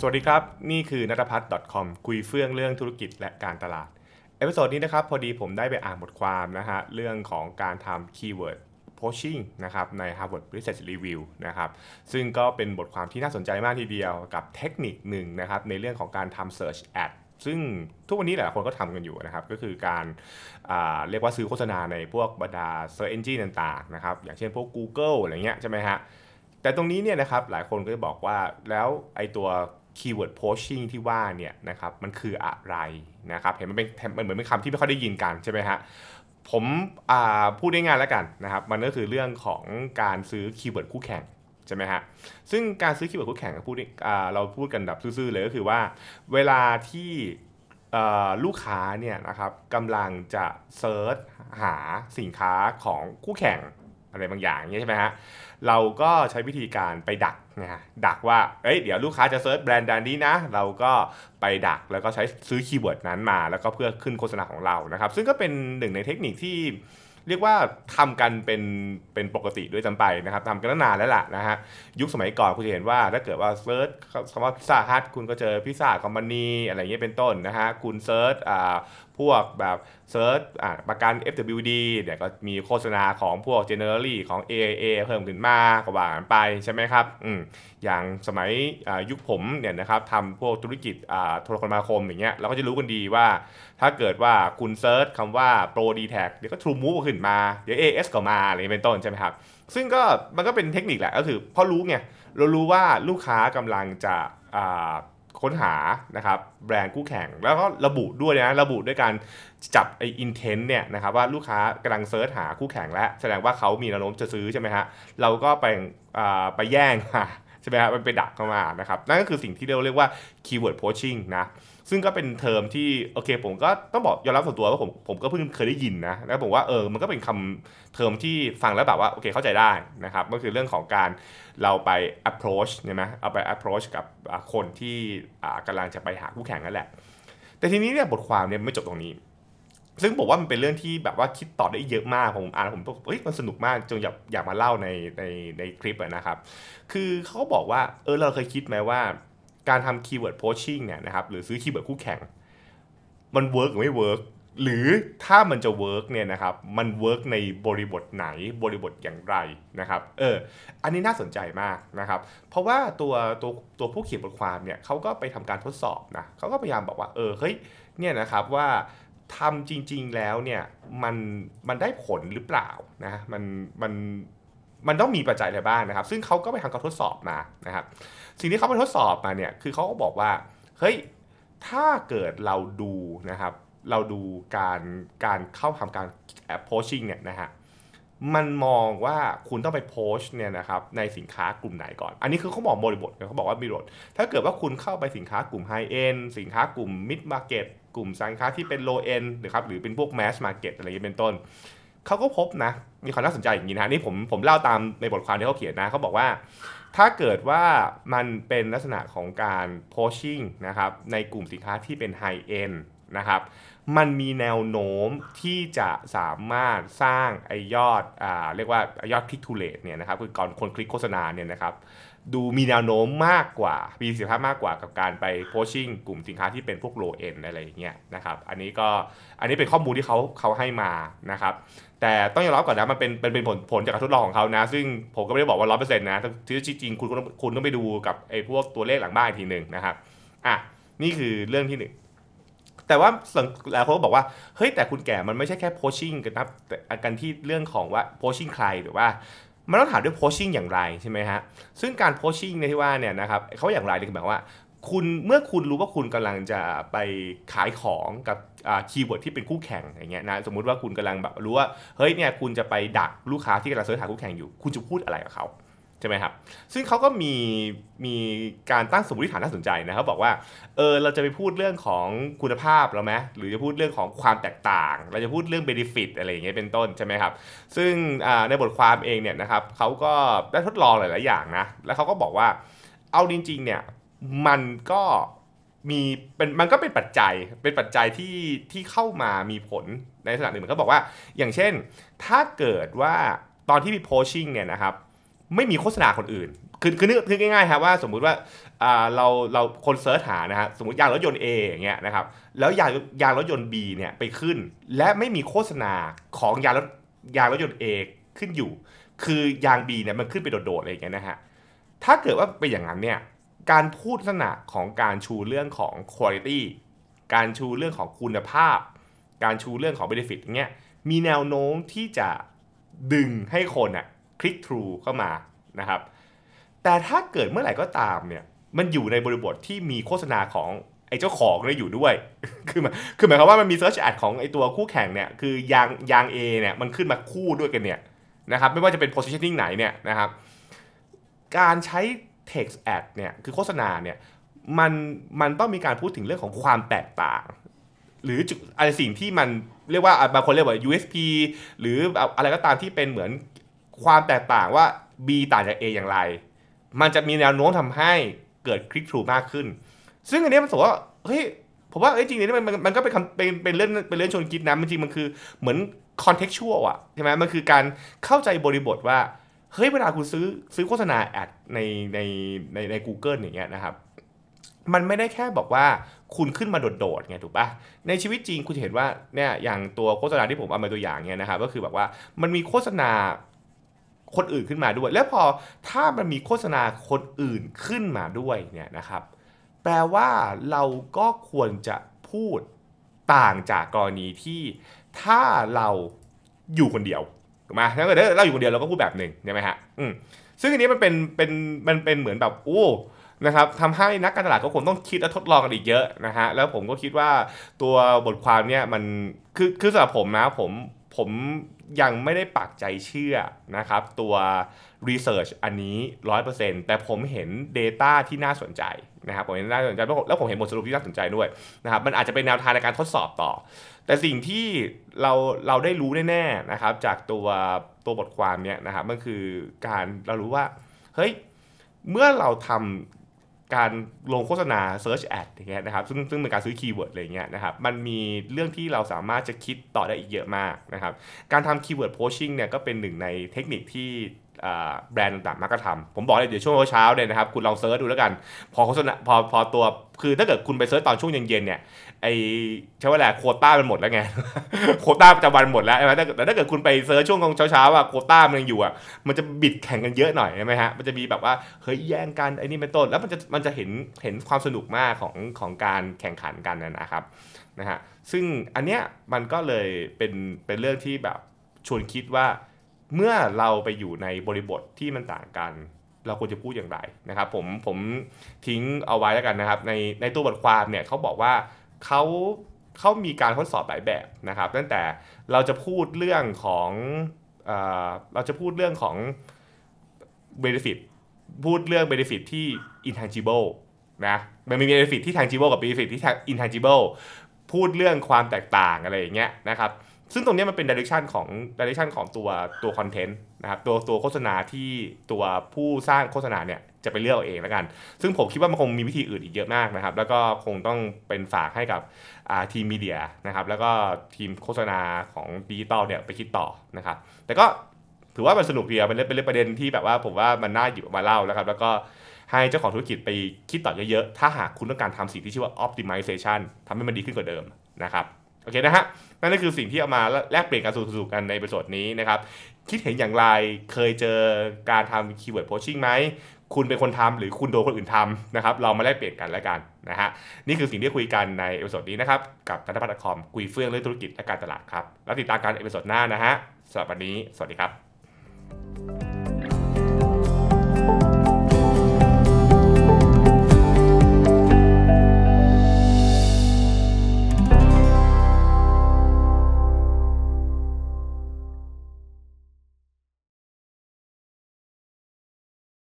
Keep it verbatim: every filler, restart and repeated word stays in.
สวัสดีครับนี่คือนัทพัฒน์ .com คุยเฟื่องเรื่องธุรกิจและการตลาดเอพิโซดนี้นะครับพอดีผมได้ไปอ่านบทความนะฮะเรื่องของการทำ keyword poaching นะครับใน Harvard Business Review นะครับซึ่งก็เป็นบทความที่น่าสนใจมากทีเดียวกับเทคนิคหนึ่งนะครับในเรื่องของการทำ search ad ซึ่งทุกวันนี้หลายคนก็ทำกันอยู่นะครับก็คือการเรียกว่าซื้อโฆษณาในพวกบรรดา search engine ต่างๆนะครับอย่างเช่นพวก Google อะไรเงี้ยใช่ไหมฮะแต่ตรงนี้เนี่ยนะครับหลายคนก็จะบอกว่าแล้วไอตัว keyword poaching ที่ว่าเนี่ยนะครับมันคืออะไรนะครับเห็นมันเป็นมันเหมือนเป็นคำที่ไม่ค่อยได้ยินกันใช่ไหมฮะผมพูดได้ง่ายแล้วกันนะครับมันก็คือเรื่องของการซื้อคีย์เวิร์ดคู่แข่งใช่ไหมฮะซึ่งการซื้อคีย์เวิร์ดคู่แข่งพูดเราพูดกันแบบซื่อๆเลยก็คือว่าเวลาที่ลูกค้าเนี่ยนะครับกำลังจะเซิร์ชหาสินค้าของคู่แข่งอะไรบางอย่างนี้ใช่ไหมฮะเราก็ใช้วิธีการไปดักนะฮะดักว่าเอ้ยเดี๋ยวลูกค้าจะเซิร์ชแบรนด์ดันนี้นะเราก็ไปดักแล้วก็ใช้ซื้อคีย์เวิร์ดนั้นมาแล้วก็เพื่อขึ้นโฆษณาของเรานะครับซึ่งก็เป็นหนึ่งในเทคนิคที่เรียกว่าทำกันเป็นเป็นปกติด้วยซ้ำไปนะครับทำกันตั้งนานแล้วล่ะนะฮะยุคสมัยก่อนคุณจะเห็นว่าถ้าเกิดว่าเซิร์ชคำว่าพิซซ่าฮัทคุณก็เจอพิซซ่าคอมพานีอะไรเงี้ยเป็นต้นนะฮะคุณเซิร์ชอ่าพวกแบบเซิร์ชอ่าประกัน เอฟ ดับเบิลยู ดี เนี่ยก็มีโฆษณาของพวก Generally ของ เอ ไอ เอ เพิ่มขึ้นมาก็ว่ากันไปใช่ไหมครับอืมอย่างสมัยยุคผมเนี่ยนะครับทำพวกธุรกิจโทรคมนาคมอย่างเงี้ยเราก็จะรู้กันดีว่าถ้าเกิดว่าคุณเซิร์ชคำว่า Pro ดี แท็ก เดี๋ยวก็ True Move ขึ้นมาเดี๋ยว เอ เอส ก็มาอะไรเป็นต้นใช่ไหมครับซึ่งก็มันก็เป็นเทคนิคแหละก็คือพอรู้ไงเรารู้ว่าลูกค้ากำลังจะค้นหานะครับแบรนด์คู่แข่งแล้วก็ระบุด้วยนะระบุด้วยการจับไอ้ intent เนี่ยนะครับว่าลูกค้ากำลังเซิร์ชหาคู่แข่งแล้วแสดงว่าเขามีแนวโน้มจะซื้อใช่ไหมฮะเราก็ไปไปแย่งใช่ไหมฮะมันไปดักเข้ามานะครับนั่นก็คือสิ่งที่เราเรียกว่า keyword poaching นะซึ่งก็เป็นเทอมที่โอเคผมก็ต้องบอกยอมรับส่วนตัวว่าผมผมก็เพิ่งเคยได้ยินนะแล้วผมว่าเออมันก็เป็นคำเทอมที่ฟังแล้วแบบว่าโอเคเข้าใจได้นะครับก็คือเรื่องของการเราไป approach ใช่ไหมเอาไป approach กับคนที่กำลังจะไปหาคู่แข่งนั่นแหละแต่ทีนี้เนี่ยบทความเนี่ยไม่จบตรงนี้ซึ่งบอกว่ามันเป็นเรื่องที่แบบว่าคิดต่อได้เยอะมากผมอ่านผมเฮ้ยมันสนุกมากจนอยากอยากมาเล่าในในในคลิปนะครับคือเขาบอกว่าเออเราเคยคิดไหมว่าการทำคีย์เวิร์ดโพชชิ่งเนี่ยนะครับหรือซื้อคีย์เวิร์ดคู่แข่งมันเวิร์กหรือไม่เวิร์กหรือถ้ามันจะเวิร์กเนี่ยนะครับมันเวิร์กในบริบทไหนบริบทอย่างไรนะครับเอออันนี้น่าสนใจมากนะครับเพราะว่าตัวตัวตัวผู้เขียนบทความเนี่ยเขาก็ไปทำการทดสอบนะเขาก็พยายามบอกว่าเออเฮ้ยเนี่ยนะครับว่าทำจริงๆแล้วเนี่ยมันมันได้ผลหรือเปล่านะมันมันมันต้องมีปัจจัยอะไรบ้างนะครับซึ่งเขาก็ไปทำการทดสอบมานะครับสิ่งที่เขาไปทดสอบมาเนี่ยคือเขาก็บอกว่าเฮ้ยถ้าเกิดเราดูนะครับเราดูการการเข้าทำการโพสชิ่งเนี่ยนะฮะมันมองว่าคุณต้องไปโพสเนี่ยนะครับในสินค้ากลุ่มไหนก่อนอันนี้คือเขาบอกบริบทเขาบอกว่าบริบทถ้าเกิดว่าคุณเข้าไปสินค้ากลุ่มไฮเอ็นสินค้ากลุ่มมิดมาร์เก็ตกลุ่มสินค้าที่เป็นโลเอ็นนะครับหรือเป็นพวกแมสมาร์เก็ตอะไรอย่างนี้เป็นต้นเขาก็พบนะมีความน่าสนใจอย่างนี้นะนี่ผมผมเล่าตามในบทความที่เขาเขียนนะเขาบอกว่าถ้าเกิดว่ามันเป็นลักษณะของการโพชชิ่งนะครับในกลุ่มสินค้าที่เป็นไฮเอ็นนะครับมันมีแนวโน้มที่จะสามารถสร้างไอยอดอ่าเรียกว่ายอดคลิกทูเรทเนี่ยนะครับคือก่อนคนคลิกโฆษณาเนี่ยนะครับดูมีแนวโน้มมากกว่ามีประสิทธิภาพมากกว่ากับการไปโพชชิ่งกลุ่มสินค้าที่เป็นพวกโลเอ็นอะไรอย่างเงี้ยนะครับอันนี้ก็อันนี้เป็นข้อมูลที่เขาเขาให้มานะครับแต่ต้องยอมรับก่อนนะมันเป็นเป็นเป็นผลผลจากการทดลองของเขานะซึ่งผมก็ไม่ได้บอกว่า ร้อยเปอร์เซ็นต์ นะที่จริงคุณคุณต้องไปดูกับไอ้พวกตัวเลขหลังบ้านอีกทีนึงนะครับอ่ะนี่คือเรื่องที่หนึ่งแต่ว่าหลายคนก็บอกว่าเฮ้ยแต่คุณแก่มันไม่ใช่แค่โพชชิ่งกันนะแต่กันที่เรื่องของว่าโพชชิ่งใครหรือว่ามันต้องถามด้วยโพชชิ่งอย่างไรใช่ไหมฮะซึ่งการโพชชิ่งในที่ว่าเนี่ยนะครับเขาอย่างไรคือหมายว่าคุณเมื่อคุณรู้ว่าคุณกำลังจะไปขายของกับคีย์เวิร์ดที่เป็นคู่แข่งอย่างเงี้ยนะสมมุติว่าคุณกำลังแบบรู้ว่าเฮ้ยเนี่ยคุณจะไปดักลูกค้าที่กำลังเสิร์ชหาคู่แข่งอยู่คุณจะพูดอะไรกับเขาใช่ไหมครับซึ่งเขาก็มีมีการตั้งสมมติฐานน่าสนใจนะเขาบอกว่าเออเราจะไปพูดเรื่องของคุณภาพเราไหมหรือจะพูดเรื่องของความแตกต่างเราจะพูดเรื่อง benefit อะไรอย่างเงี้ยเป็นต้นใช่ไหมครับซึ่งในบทความเองเนี่ยนะครับเขาก็ได้ทดลองหลายๆอย่างนะแล้วเขาก็บอกว่าเอาจริงๆเนี่ยมันก็มีเป็นมันก็เป็นปัจจัยเป็นปัจจัยที่ที่เข้ามามีผลในลักษณะหนึ่งมันก็บอกว่าอย่างเช่นถ้าเกิดว่าตอนที่มีโพชชิ่งเนี่ยนะครับไม่มีโฆษณาคนอื่นคือคือนึกคือง่ายๆครับว่าสมมุติว่าอ่าเราเราคนเซิร์ชหานะฮะสมมุติยางรถยนต์ A อย่างเงี้ยนะครับแล้วยางยางรถยนต์ B เนี่ยไปขึ้นและไม่มีโฆษณาของยางรถยางรถยนต์ A ขึ้นอยู่คือยาง B เนี่ยมันขึ้นไปโดดๆอะไรอย่างเงี้ยนะฮะถ้าเกิดว่าเป็นอย่างนั้นเนี่ยการพูดลักษณะของการชูเรื่องของ quality การชูเรื่องของคุณภาพการชูเรื่องของ benefit อย่างเงี้ยมีแนวโน้มที่จะดึงให้คนอ่ะคลิก through เข้ามานะครับแต่ถ้าเกิดเมื่อไหร่ก็ตามเนี่ยมันอยู่ในบริบทที่มีโฆษณาของไอ้เจ้าของเนี่ยอยู่ด้วย คือหมายคือหมายความว่ามันมี search ad ของไอ้ตัวคู่แข่งเนี่ยคือยางยาง A เนี่ยมันขึ้นมาคู่ด้วยกันเนี่ยนะครับไม่ว่าจะเป็น positioning ไหนเนี่ยนะครับการใช้ text ad เนี่ยคือโฆษณาเนี่ยมันมันต้องมีการพูดถึงเรื่องของความแตกต่างหรืออะไรสิ่งที่มันเรียกว่าบางคนเรียกว่า ยู เอส พี หรืออะไรก็ตามที่เป็นเหมือนความแตกต่างว่า B ต่างจาก A อย่างไรมันจะมีแนวโน้มทำให้เกิดคลิกทรูมากขึ้นซึ่งอันนี้มันสมมติว่าเฮ้ยผมว่าเอ้ยจริงๆนี่มันมันก็เป็นเป็นเป็นเรื่องเป็นเรื่องชวนคิดนะจริงๆมันคือเหมือน contextual อ่ะใช่ไหมมันคือการเข้าใจบริบทว่าเฮ้ยเวลาคุณซื้อซื้อโฆษณาแอดในในในใน Google อย่างเงี้ยนะครับมันไม่ได้แค่บอกว่าคุณขึ้นมาโดดๆไงถูกปะในชีวิตจริงคุณจะเห็นว่าเนี่ยอย่างตัวโฆษณาที่ผมเอามาตัวอย่างเนี่ยนะครับก็คือแบบว่ามันมีโฆษณาคนอื่นขึ้นมาด้วยแล้วพอถ้ามันมีโฆษณาคนอื่นขึ้นมาด้วยเนี่ยนะครับแปลว่าเราก็ควรจะพูดต่างจากกรณีที่ถ้าเราอยู่คนเดียวถูกไหมถ้าเกิดเราอยู่คนเดียวเราก็พูดแบบหนึ่งใช่ไหมฮะอืมซึ่งอันนี้มันเป็นเป็นมันเป็นเหมือนแบบโอ้นะครับทำให้นักการตลาดก็คงต้องคิดและทดลองกันอีกเยอะนะฮะแล้วผมก็คิดว่าตัวบทความเนี่ยมันคือคือสำหรับผมนะผมผมยังไม่ได้ปักใจเชื่อนะครับตัว research อันนี้ ร้อยเปอร์เซ็นต์ แต่ผมเห็น data ที่น่าสนใจนะครับผมเห็นน่าสนใจแล้วผมเห็นบทสรุปที่น่าสนใจด้วยนะครับมันอาจจะเป็นแนวทางในการทดสอบต่อแต่สิ่งที่เราเราได้รู้แน่ๆนะครับจากตัวตัวบทความเนี้ยนะครับมันคือการเรารู้ว่าเฮ้ยเมื่อเราทำการลงโฆษณา search ad อย่างเงี้ยนะครับซึ่งซึ่งเป็นการซื้อคีย์เวิร์ดอะไรเงี้ยนะครับมันมีเรื่องที่เราสามารถจะคิดต่อได้อีกเยอะมากนะครับการทำคีย์เวิร์ดโพชชิ่งเนี่ยก็เป็นหนึ่งในเทคนิคที่แบรนด์ต่างๆมักจะทำผมบอกเลยเดี๋ยวช่วงเช้าๆเนี่ยนะครับคุณลองเซิร์ชดูแล้วกันพอโฆษณาพอพอตัวคือถ้าเกิดคุณไปเซิร์ชตอนช่วงเย็นๆเนี่ยไอใช้เวลาโควต้ามันหมดแล้วไง โควต้าประจำวันหมดแล้วใช่ไหมแต่ถ้าเกิดคุณไปเซิร์ชช่วงเช้าๆอ่ะโควต้ามันยังอยู่อ่ะมันจะบิดแข่งกันเยอะหน่อยใช่ไหมฮะมันจะมีแบบว่าเฮ้ยแย่งกันไอ้นี่เป็นต้นแล้วมันจะมันจะเห็นเห็นความสนุกมากของของการแข่งขันกันนะครับนะฮะซึ่งอันเนี้ยมันก็เลยเป็นเป็นเรื่องที่แบบชวนคิดว่าเมื่อเราไปอยู่ในบริบทที่มันต่างกันเราควรจะพูดอย่างไรนะครับผมผมทิ้งเอาไว้แล้วกันนะครับในในตัวบทความเนี่ยเขาบอกว่าเขาเขามีการทดสอบหลายแบบนะครับตั้งแต่เราจะพูดเรื่องของเอ่อเราจะพูดเรื่องของ benefit พูดเรื่อง benefit ที่ intangible นะมันมี benefit ที่ tangible กับ benefit ที่ intangible พูดเรื่องความแตกต่างอะไรอย่างเงี้ยนะครับซึ่งตรงนี้มันเป็น direction ของ direction ของตัวตัว content นะครับตัวตัวโฆษณาที่ตัวผู้สร้างโฆษณาเนี่ยจะไปเลือกเอาเองแล้วกันซึ่งผมคิดว่ามันคงมีวิธีอื่นอีกเยอะมากนะครับแล้วก็คงต้องเป็นฝากให้กับทีมมีเดียนะครับแล้วก็ทีมโฆษณาของดิจิตอลเนี่ยไปคิดต่อนะครับแต่ก็ถือว่ามันสนุกดีเป็นเรื่องเป็นเรื่องประเด็นที่แบบว่าผมว่ามันน่าหยิบมาเล่าแล้วครับแล้วก็ให้เจ้าของธุรกิจไปคิดต่อเยอะๆถ้าหากคุณต้องการทำสิ่งที่ชื่อว่า optimization ทำให้มันดีขึ้นกว่าเดิมนะครับโอเคนะฮะนั่นก็คือสิ่งที่เอามาแลกเปลี่ยนกันสู่กันในเอพิโซดนี้นะครับคิดเห็นอย่างไรเคยเจอการทำคีย์เวิร์ดโพชชิ่งไหมคุณเป็นคนทำหรือคุณโดนคนอื่นทำนะครับเรามาแลกเปลี่ยนกันแล้วกันนะฮะนี่คือสิ่งที่คุยกันในเอพิโซดนี้นะครับกับธนพัฒน์ .com คุยเฟื่องเรื่องธุรกิจและการตลาดครับแล้วติดตามกันในเอพิโซดหน้านะฮะสำหรับวันนี้สวัสดีครับ